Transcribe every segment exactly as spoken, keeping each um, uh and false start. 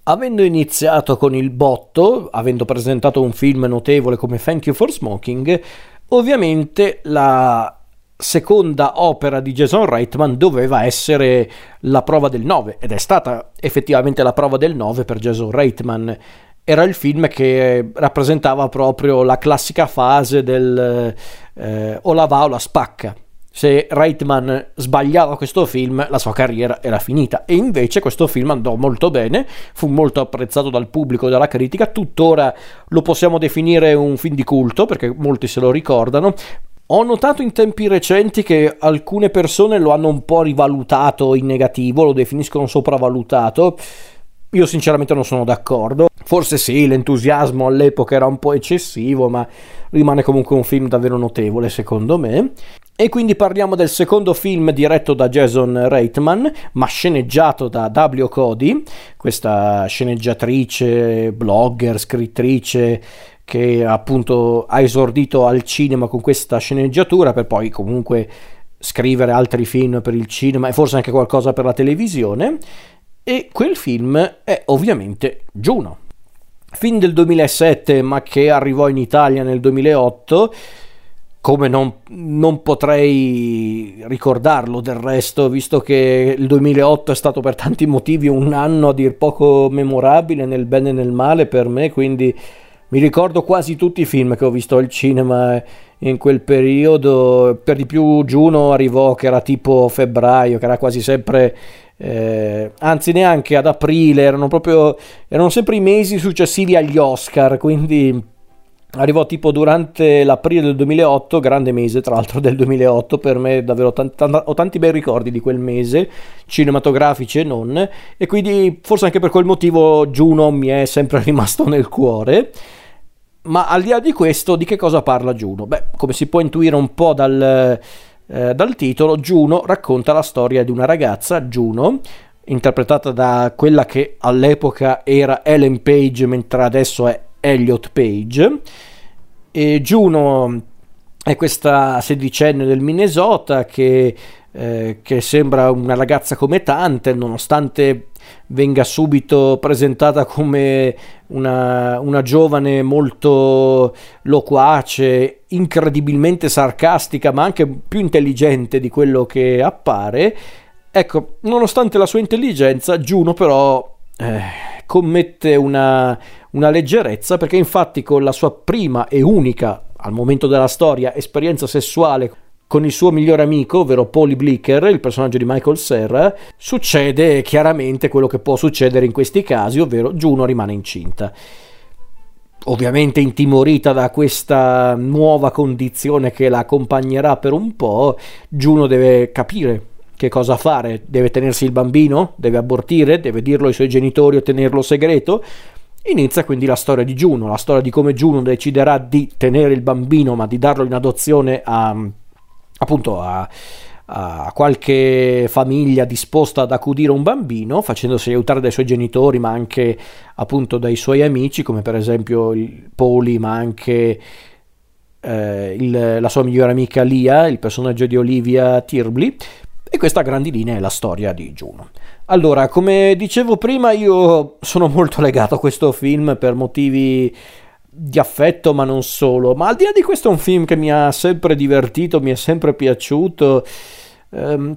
Avendo iniziato con il botto, avendo presentato un film notevole come Thank You for Smoking, ovviamente la seconda opera di Jason Reitman doveva essere la prova del nove, ed è stata effettivamente la prova del nove per Jason Reitman. Era il film che rappresentava proprio la classica fase del eh, o la va o la spacca. Se Reitman sbagliava questo film, la sua carriera era finita, e invece questo film andò molto bene, fu molto apprezzato dal pubblico e dalla critica. Tuttora lo possiamo definire un film di culto, perché molti se lo ricordano. Ho notato in tempi recenti che alcune persone lo hanno un po' rivalutato in negativo, lo definiscono sopravvalutato. Io sinceramente non sono d'accordo. Forse sì, l'entusiasmo all'epoca era un po' eccessivo, ma rimane comunque un film davvero notevole secondo me. E quindi parliamo del secondo film diretto da Jason Reitman, ma sceneggiato da W. Cody, questa sceneggiatrice, blogger, scrittrice che appunto ha esordito al cinema con questa sceneggiatura per poi comunque scrivere altri film per il cinema e forse anche qualcosa per la televisione. E quel film è ovviamente Juno, film del duemilasette ma che arrivò in Italia nel duemilaotto. Come non, non potrei ricordarlo del resto, visto che il duemilaotto è stato per tanti motivi un anno a dir poco memorabile nel bene e nel male per me, quindi mi ricordo quasi tutti i film che ho visto al cinema in quel periodo. Per di più Juno arrivò che era tipo febbraio, che era quasi sempre eh, anzi neanche ad aprile, erano proprio erano sempre i mesi successivi agli Oscar, quindi arrivò tipo durante l'aprile del duemilaotto, grande mese tra l'altro del duemilaotto per me, davvero t- t- ho tanti bei ricordi di quel mese, cinematografici e non, e quindi forse anche per quel motivo Juno mi è sempre rimasto nel cuore. Ma al di là di questo, di che cosa parla Juno? Beh, come si può intuire un po' dal, eh, dal titolo, Juno racconta la storia di una ragazza, Juno, interpretata da quella che all'epoca era Ellen Page mentre adesso è Elliot Page. E Juno è questa sedicenne del Minnesota che, eh, che sembra una ragazza come tante, nonostante venga subito presentata come una, una giovane molto loquace, incredibilmente sarcastica, ma anche più intelligente di quello che appare. Ecco, nonostante la sua intelligenza, Juno però eh, commette una, una leggerezza, perché infatti con la sua prima e unica, al momento della storia, esperienza sessuale con il suo migliore amico, ovvero Paulie Blicker, il personaggio di Michael Cera, succede chiaramente quello che può succedere in questi casi, ovvero Juno rimane incinta. Ovviamente intimorita da questa nuova condizione che la accompagnerà per un po', Juno deve capire che cosa fare. Deve tenersi il bambino? Deve abortire? Deve dirlo ai suoi genitori o tenerlo segreto? Inizia quindi la storia di Juno, la storia di come Juno deciderà di tenere il bambino, ma di darlo in adozione a appunto a, a qualche famiglia disposta ad accudire un bambino, facendosi aiutare dai suoi genitori, ma anche appunto dai suoi amici, come per esempio il Paulie, ma anche eh, il, la sua migliore amica Lia, il personaggio di Olivia Tirbley. E questa a grandi linee è la storia di Juno. Allora, come dicevo prima, io sono molto legato a questo film per motivi di affetto, ma non solo. Ma al di là di questo è un film che mi ha sempre divertito, mi è sempre piaciuto. Ehm,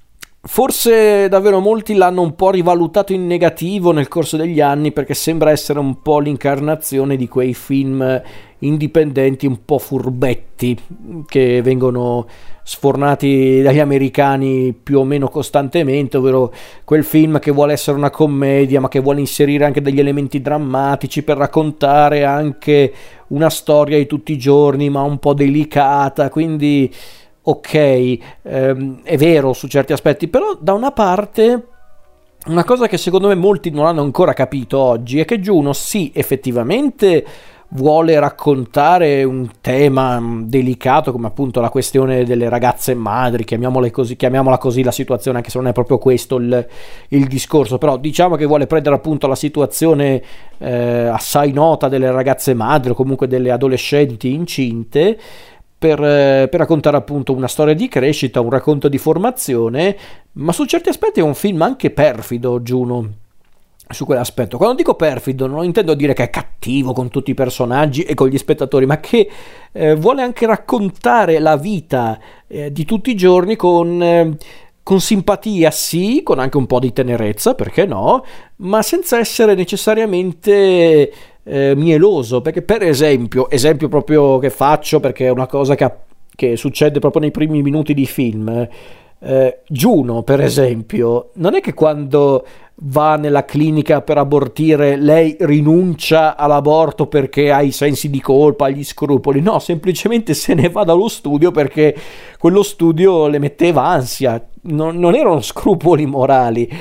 forse davvero molti l'hanno un po' rivalutato in negativo nel corso degli anni, perché sembra essere un po' l'incarnazione di quei film indipendenti un po' furbetti che vengono sfornati dagli americani più o meno costantemente, ovvero quel film che vuole essere una commedia ma che vuole inserire anche degli elementi drammatici per raccontare anche una storia di tutti i giorni ma un po' delicata. Quindi ok, ehm, è vero su certi aspetti, però da una parte una cosa che secondo me molti non hanno ancora capito oggi è che Juno sì, effettivamente vuole raccontare un tema delicato come appunto la questione delle ragazze madri, chiamiamole così, chiamiamola così la situazione, anche se non è proprio questo il, il discorso, però diciamo che vuole prendere appunto la situazione eh, assai nota delle ragazze madri o comunque delle adolescenti incinte per, eh, per raccontare appunto una storia di crescita, un racconto di formazione, ma su certi aspetti è un film anche perfido, Juno. su quell'aspetto. Quando dico perfido non intendo dire che è cattivo con tutti i personaggi e con gli spettatori, ma che eh, vuole anche raccontare la vita eh, di tutti i giorni con, eh, con simpatia, sì, con anche un po' di tenerezza, perché no, ma senza essere necessariamente eh, mieloso, perché per esempio, esempio proprio che faccio perché è una cosa che, che succede proprio nei primi minuti di film, eh, Juno per esempio, non è che quando va nella clinica per abortire lei rinuncia all'aborto perché ha i sensi di colpa, ha gli scrupoli, no, semplicemente se ne va dallo studio perché quello studio le metteva ansia, non, non erano scrupoli morali.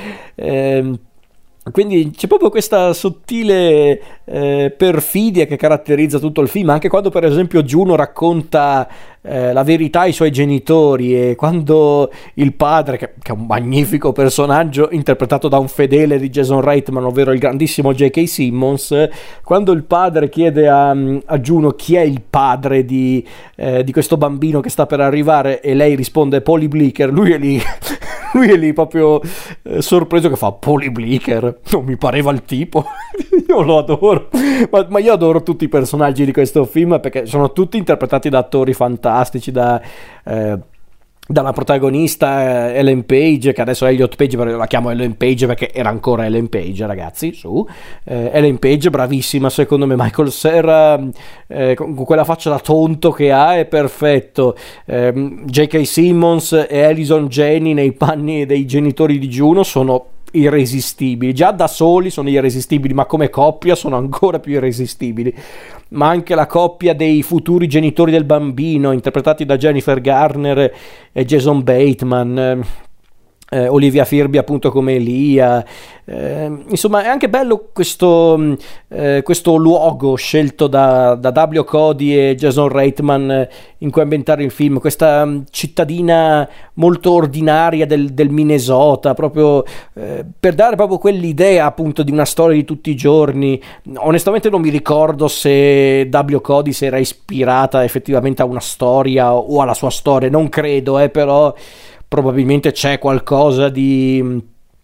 eh, Quindi c'è proprio questa sottile eh, perfidia che caratterizza tutto il film, anche quando per esempio Juno racconta eh, la verità ai suoi genitori, e quando il padre, che, che è un magnifico personaggio interpretato da un fedele di Jason Reitman, ovvero il grandissimo J K. Simmons, quando il padre chiede a, a Juno chi è il padre di, eh, di questo bambino che sta per arrivare, e lei risponde Polly Blicker, lui è lì... Lui è lì proprio eh, sorpreso, che fa Polly Blicker, non mi pareva il tipo. Io lo adoro, ma, ma io adoro tutti i personaggi di questo film perché sono tutti interpretati da attori fantastici, da... Eh, dalla protagonista Ellen Page, che adesso è Elliot Page, però io la chiamo Ellen Page perché era ancora Ellen Page, ragazzi, su. Eh, Ellen Page, bravissima secondo me. Michael Cera, eh, con quella faccia da tonto che ha, è perfetto. Eh, J K. Simmons e Alison Janney nei panni dei genitori di Juno sono irresistibili, già da soli sono irresistibili, ma come coppia sono ancora più irresistibili. Ma anche la coppia dei futuri genitori del bambino, interpretati da Jennifer Garner e Jason Bateman, eh, Olivia Firby appunto come Elia, eh, insomma è anche bello questo, eh, questo luogo scelto da, da W. Cody e Jason Reitman in cui ambientare il film, questa cittadina molto ordinaria del, del Minnesota, proprio eh, per dare proprio quell'idea appunto di una storia di tutti i giorni. Onestamente non mi ricordo se W. Cody si era ispirata effettivamente a una storia o alla sua storia, non credo, eh, però probabilmente c'è qualcosa di,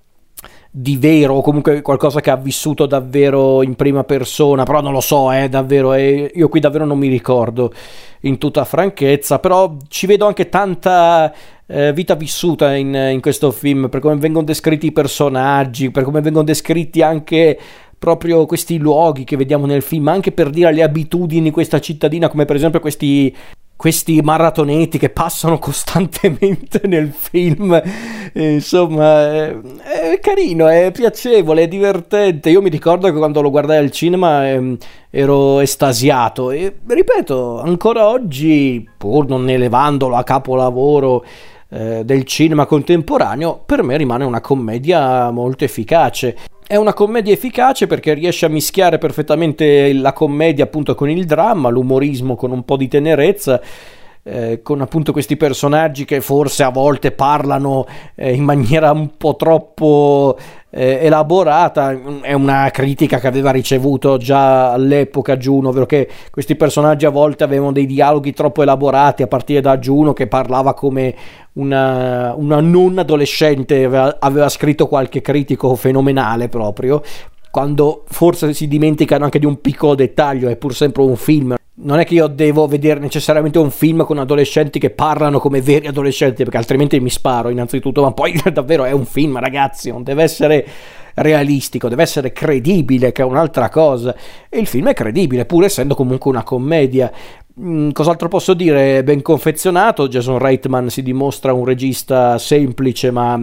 di vero, o comunque qualcosa che ha vissuto davvero in prima persona, però non lo so, eh, davvero, eh, io qui davvero non mi ricordo in tutta franchezza, però ci vedo anche tanta eh, vita vissuta in, in questo film, per come vengono descritti i personaggi, per come vengono descritti anche proprio questi luoghi che vediamo nel film, anche per dire le abitudini di questa cittadina, come per esempio questi questi maratonetti che passano costantemente nel film. E insomma è, è carino, è piacevole, è divertente. Io mi ricordo che quando lo guardai al cinema eh, ero estasiato, e ripeto, ancora oggi, pur non elevandolo a capolavoro eh, del cinema contemporaneo, per me rimane una commedia molto efficace. È una commedia efficace perché riesce a mischiare perfettamente la commedia appunto con il dramma, l'umorismo con un po' di tenerezza, eh, con appunto questi personaggi che forse a volte parlano eh, in maniera un po' troppo eh, elaborata. È una critica che aveva ricevuto già all'epoca Juno, ovvero che questi personaggi a volte avevano dei dialoghi troppo elaborati, a partire da Juno che parlava come una, una non adolescente, aveva, aveva scritto qualche critico fenomenale proprio, quando forse si dimenticano anche di un piccolo dettaglio, è pur sempre un film. Non è che io devo vedere necessariamente un film con adolescenti che parlano come veri adolescenti, perché altrimenti mi sparo innanzitutto, ma poi davvero è un film, ragazzi, non deve essere realistico, deve essere credibile, che è un'altra cosa, e il film è credibile pur essendo comunque una commedia. Mm, cos'altro posso dire? Ben confezionato. Jason Reitman si dimostra un regista semplice ma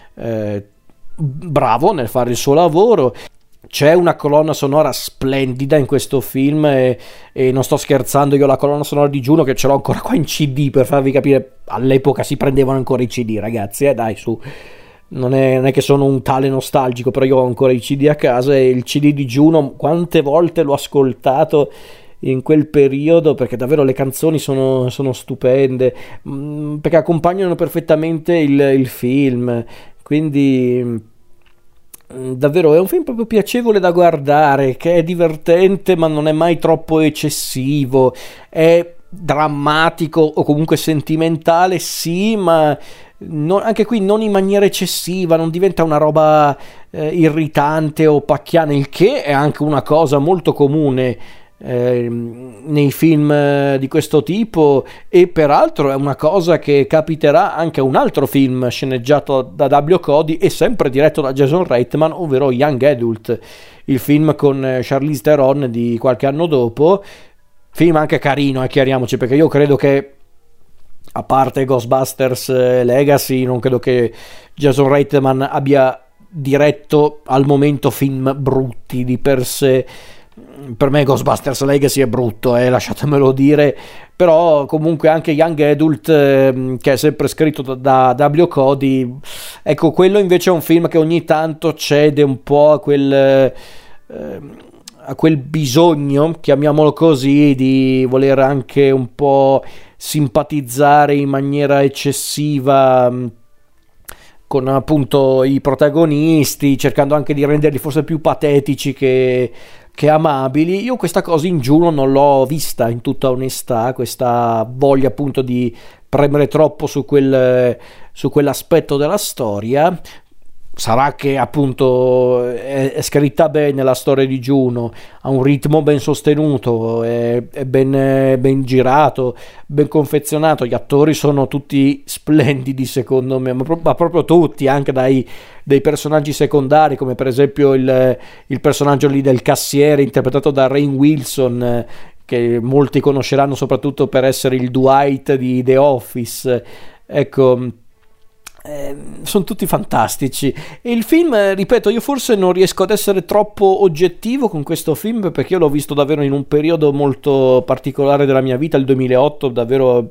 eh, bravo nel fare il suo lavoro. C'è una colonna sonora splendida in questo film e, e non sto scherzando, io la colonna sonora di Juno che ce l'ho ancora qua in C D, per farvi capire, all'epoca si prendevano ancora i C D, ragazzi, eh dai, su, non è, non è che sono un tale nostalgico, però io ho ancora i C D a casa, e il C D di Juno quante volte l'ho ascoltato in quel periodo, perché davvero le canzoni sono, sono stupende, mh, perché accompagnano perfettamente il, il film, quindi davvero è un film proprio piacevole da guardare, che è divertente ma non è mai troppo eccessivo, è drammatico o comunque sentimentale, sì, ma non, anche qui non in maniera eccessiva, non diventa una roba eh, irritante o pacchiana, il che è anche una cosa molto comune eh, nei film di questo tipo, e peraltro è una cosa che capiterà anche a un altro film sceneggiato da W. Cody e sempre diretto da Jason Reitman, ovvero Young Adult, il film con Charlize Theron di qualche anno dopo. Film anche carino, eh, chiariamoci, perché io credo che, a parte Ghostbusters Legacy, non credo che Jason Reitman abbia diretto al momento film brutti di per sé. Per me Ghostbusters Legacy è brutto, eh, lasciatemelo dire, però comunque anche Young Adult, eh, che è sempre scritto da, da W. Cody, ecco, quello invece è un film che ogni tanto cede un po' a quel... Eh, a quel bisogno, chiamiamolo così, di voler anche un po' simpatizzare in maniera eccessiva con appunto i protagonisti, cercando anche di renderli forse più patetici che, che amabili. Io questa cosa in Juno non l'ho vista, in tutta onestà, questa voglia appunto di premere troppo su quel, su quell'aspetto della storia. Sarà che appunto è, è scritta bene la storia di Juno, ha un ritmo ben sostenuto, è, è ben, ben girato, ben confezionato, gli attori sono tutti splendidi secondo me, ma, pro- ma proprio tutti, anche dai, dai personaggi secondari, come per esempio il, il personaggio lì del cassiere interpretato da Rainn Wilson, che molti conosceranno soprattutto per essere il Dwight di The Office. Ecco, Eh, sono tutti fantastici. E il film, ripeto, io forse non riesco ad essere troppo oggettivo con questo film, perché io l'ho visto davvero in un periodo molto particolare della mia vita, il duemilaotto, davvero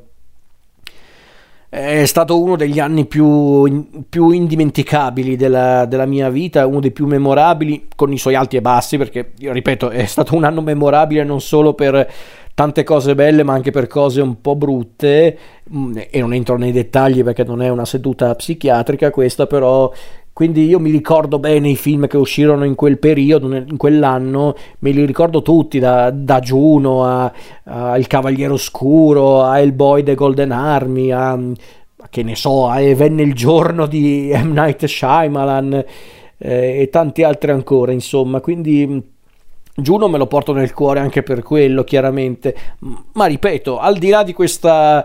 è stato uno degli anni più, più indimenticabili della, della mia vita, uno dei più memorabili, con i suoi alti e bassi, perché io ripeto, è stato un anno memorabile non solo per tante cose belle ma anche per cose un po' brutte, e non entro nei dettagli perché non è una seduta psichiatrica questa, però quindi io mi ricordo bene i film che uscirono in quel periodo, in quell'anno, me li ricordo tutti, da, da Juno a, a Il Cavaliere Oscuro, a Hellboy The Golden Army, a, che ne so, a E venne il giorno di M. Night Shyamalan, eh, e tanti altri ancora, insomma. Quindi Juno me lo porto nel cuore anche per quello, chiaramente, ma ripeto, al di là di questa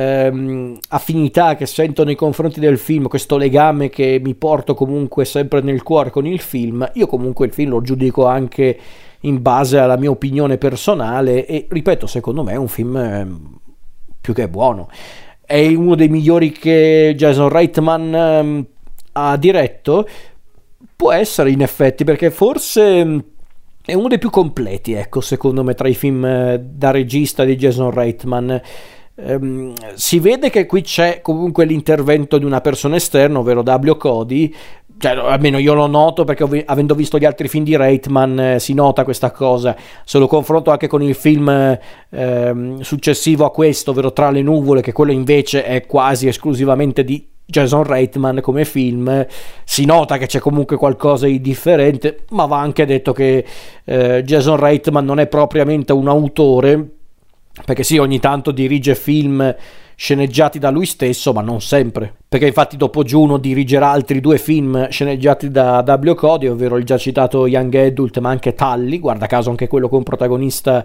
ehm, affinità che sento nei confronti del film, questo legame che mi porto comunque sempre nel cuore con il film, io comunque il film lo giudico anche in base alla mia opinione personale e, ripeto, secondo me è un film eh, più che buono. È uno dei migliori che Jason Reitman eh, ha diretto, può essere in effetti, perché forse è uno dei più completi, ecco, secondo me, tra i film da regista di Jason Reitman. Um, si vede che qui c'è comunque l'intervento di una persona esterna, ovvero W. Cody, cioè, almeno io lo noto, perché ov- avendo visto gli altri film di Reitman eh, si nota questa cosa. Se lo confronto anche con il film eh, successivo a questo, ovvero Tra le nuvole, che quello invece è quasi esclusivamente di Jason Reitman come film, si nota che c'è comunque qualcosa di differente, ma va anche detto che eh, Jason Reitman non è propriamente un autore, perché sì, ogni tanto dirige film sceneggiati da lui stesso, ma non sempre, perché infatti dopo Juno dirigerà altri due film sceneggiati da W. Cody, ovvero il già citato Young Adult, ma anche Tully, guarda caso anche quello con protagonista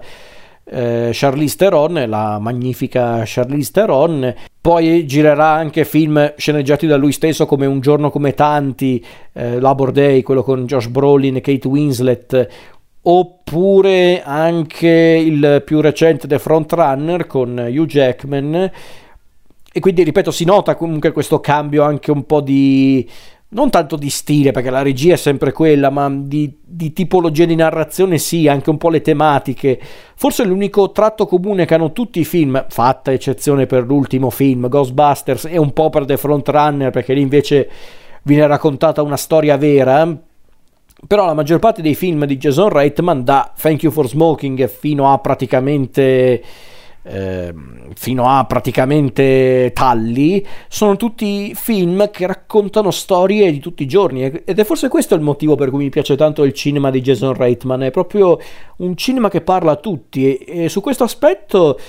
Eh, Charlize Theron, la magnifica Charlize Theron. Poi girerà anche film sceneggiati da lui stesso, come Un giorno come tanti, eh, Labor Day, quello con Josh Brolin e Kate Winslet, oppure anche il più recente The Frontrunner con Hugh Jackman. E quindi, ripeto, si nota comunque questo cambio anche un po' di, non tanto di stile, perché la regia è sempre quella, ma di, di tipologia di narrazione, sì, anche un po' le tematiche. Forse l'unico tratto comune che hanno tutti i film, fatta eccezione per l'ultimo film, Ghostbusters, e un po' per The Frontrunner, perché lì invece viene raccontata una storia vera, però la maggior parte dei film di Jason Reitman, da Thank You for Smoking fino a praticamente... Eh, fino a praticamente Tully, sono tutti film che raccontano storie di tutti i giorni, ed è forse questo il motivo per cui mi piace tanto il cinema di Jason Reitman. È proprio un cinema che parla a tutti, e, e su questo aspetto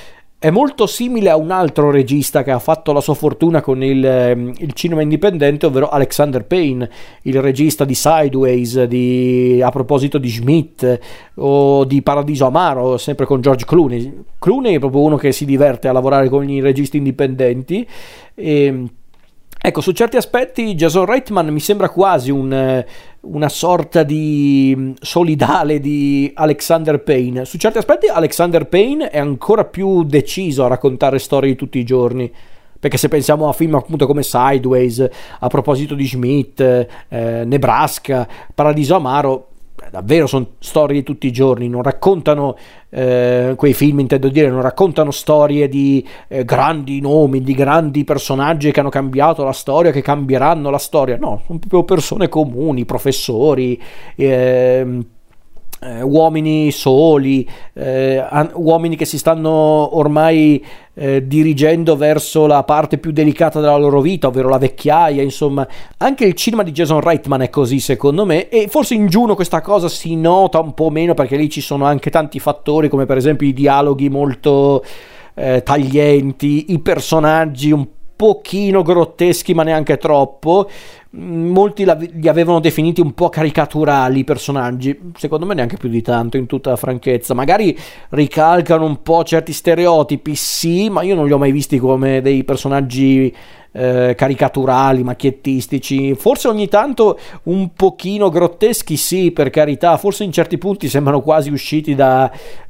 è molto simile a un altro regista che ha fatto la sua fortuna con il, il cinema indipendente, ovvero Alexander Payne, il regista di Sideways, di, a proposito di Schmidt o di Paradiso Amaro, sempre con George Clooney. Clooney è proprio uno che si diverte a lavorare con i registi indipendenti. E, ecco, su certi aspetti Jason Reitman mi sembra quasi un, una sorta di solidale di Alexander Payne. Su certi aspetti Alexander Payne è ancora più deciso a raccontare storie di tutti i giorni, perché se pensiamo a film appunto come Sideways, a proposito di Schmidt, eh, Nebraska, Paradiso Amaro, davvero sono storie di tutti i giorni, non raccontano eh, quei film, intendo dire, non raccontano storie di eh, grandi nomi, di grandi personaggi che hanno cambiato la storia, che cambieranno la storia. No, sono proprio persone comuni, professori, eh, eh, uomini soli, eh, uomini che si stanno ormai eh, dirigendo verso la parte più delicata della loro vita, ovvero la vecchiaia. Insomma, anche il cinema di Jason Reitman è così, secondo me, e forse in Juno questa cosa si nota un po' meno, perché lì ci sono anche tanti fattori, come per esempio i dialoghi molto eh, taglienti, i personaggi un pochino grotteschi ma neanche troppo. Molti li avevano definiti un po' caricaturali i personaggi, secondo me neanche più di tanto, in tutta franchezza. Magari ricalcano un po' certi stereotipi, sì, ma io non li ho mai visti come dei personaggi eh, caricaturali, macchiettistici. Forse ogni tanto un pochino grotteschi, sì, per carità, forse in certi punti sembrano quasi usciti da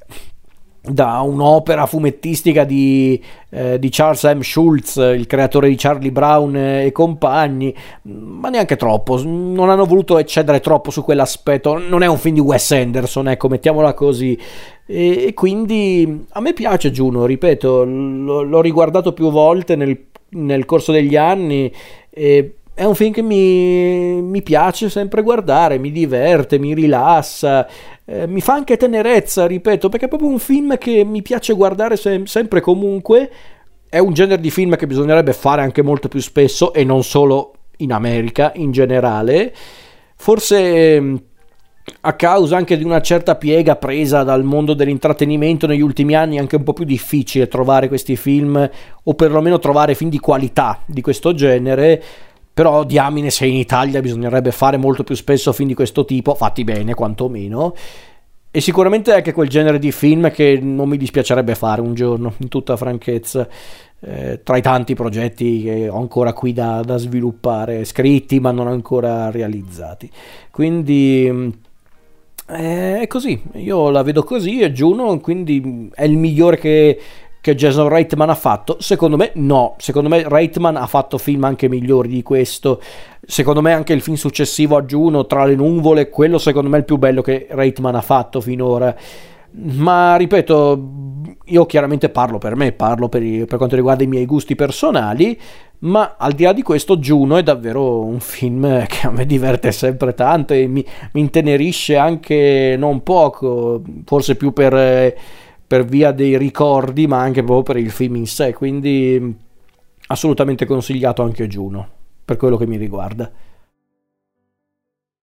da un'opera fumettistica di, eh, di Charles M. Schulz, il creatore di Charlie Brown e compagni, ma neanche troppo. Non hanno voluto eccedere troppo su quell'aspetto. Non è un film di Wes Anderson, ecco, mettiamola così. E, e quindi a me piace Juno, ripeto, l- l'ho riguardato più volte nel, nel corso degli anni e è un film che mi, mi piace sempre guardare, mi diverte, mi rilassa, eh, mi fa anche tenerezza, ripeto, perché è proprio un film che mi piace guardare sem- sempre e comunque. È un genere di film che bisognerebbe fare anche molto più spesso, e non solo in America, in generale. Forse ehm, a causa anche di una certa piega presa dal mondo dell'intrattenimento negli ultimi anni è anche un po' più difficile trovare questi film, o perlomeno trovare film di qualità di questo genere. Però diamine se in Italia bisognerebbe fare molto più spesso film di questo tipo, fatti bene quantomeno, e sicuramente è anche quel genere di film che non mi dispiacerebbe fare un giorno, in tutta franchezza, eh, tra i tanti progetti che ho ancora qui da, da sviluppare, scritti ma non ancora realizzati. Quindi eh, è così, io la vedo così, è Juno, quindi è il migliore che che Jason Reitman ha fatto? Secondo me no, secondo me Reitman ha fatto film anche migliori di questo. Secondo me anche il film successivo a Juno, Tra le nuvole, quello secondo me è il più bello che Reitman ha fatto finora. Ma ripeto, io chiaramente parlo per me, parlo per, i, per quanto riguarda i miei gusti personali, ma al di là di questo Juno è davvero un film che a me diverte sempre tanto e mi, mi intenerisce anche non poco, forse più per... per via dei ricordi, ma anche proprio per il film in sé, quindi assolutamente consigliato anche Juno, per quello che mi riguarda.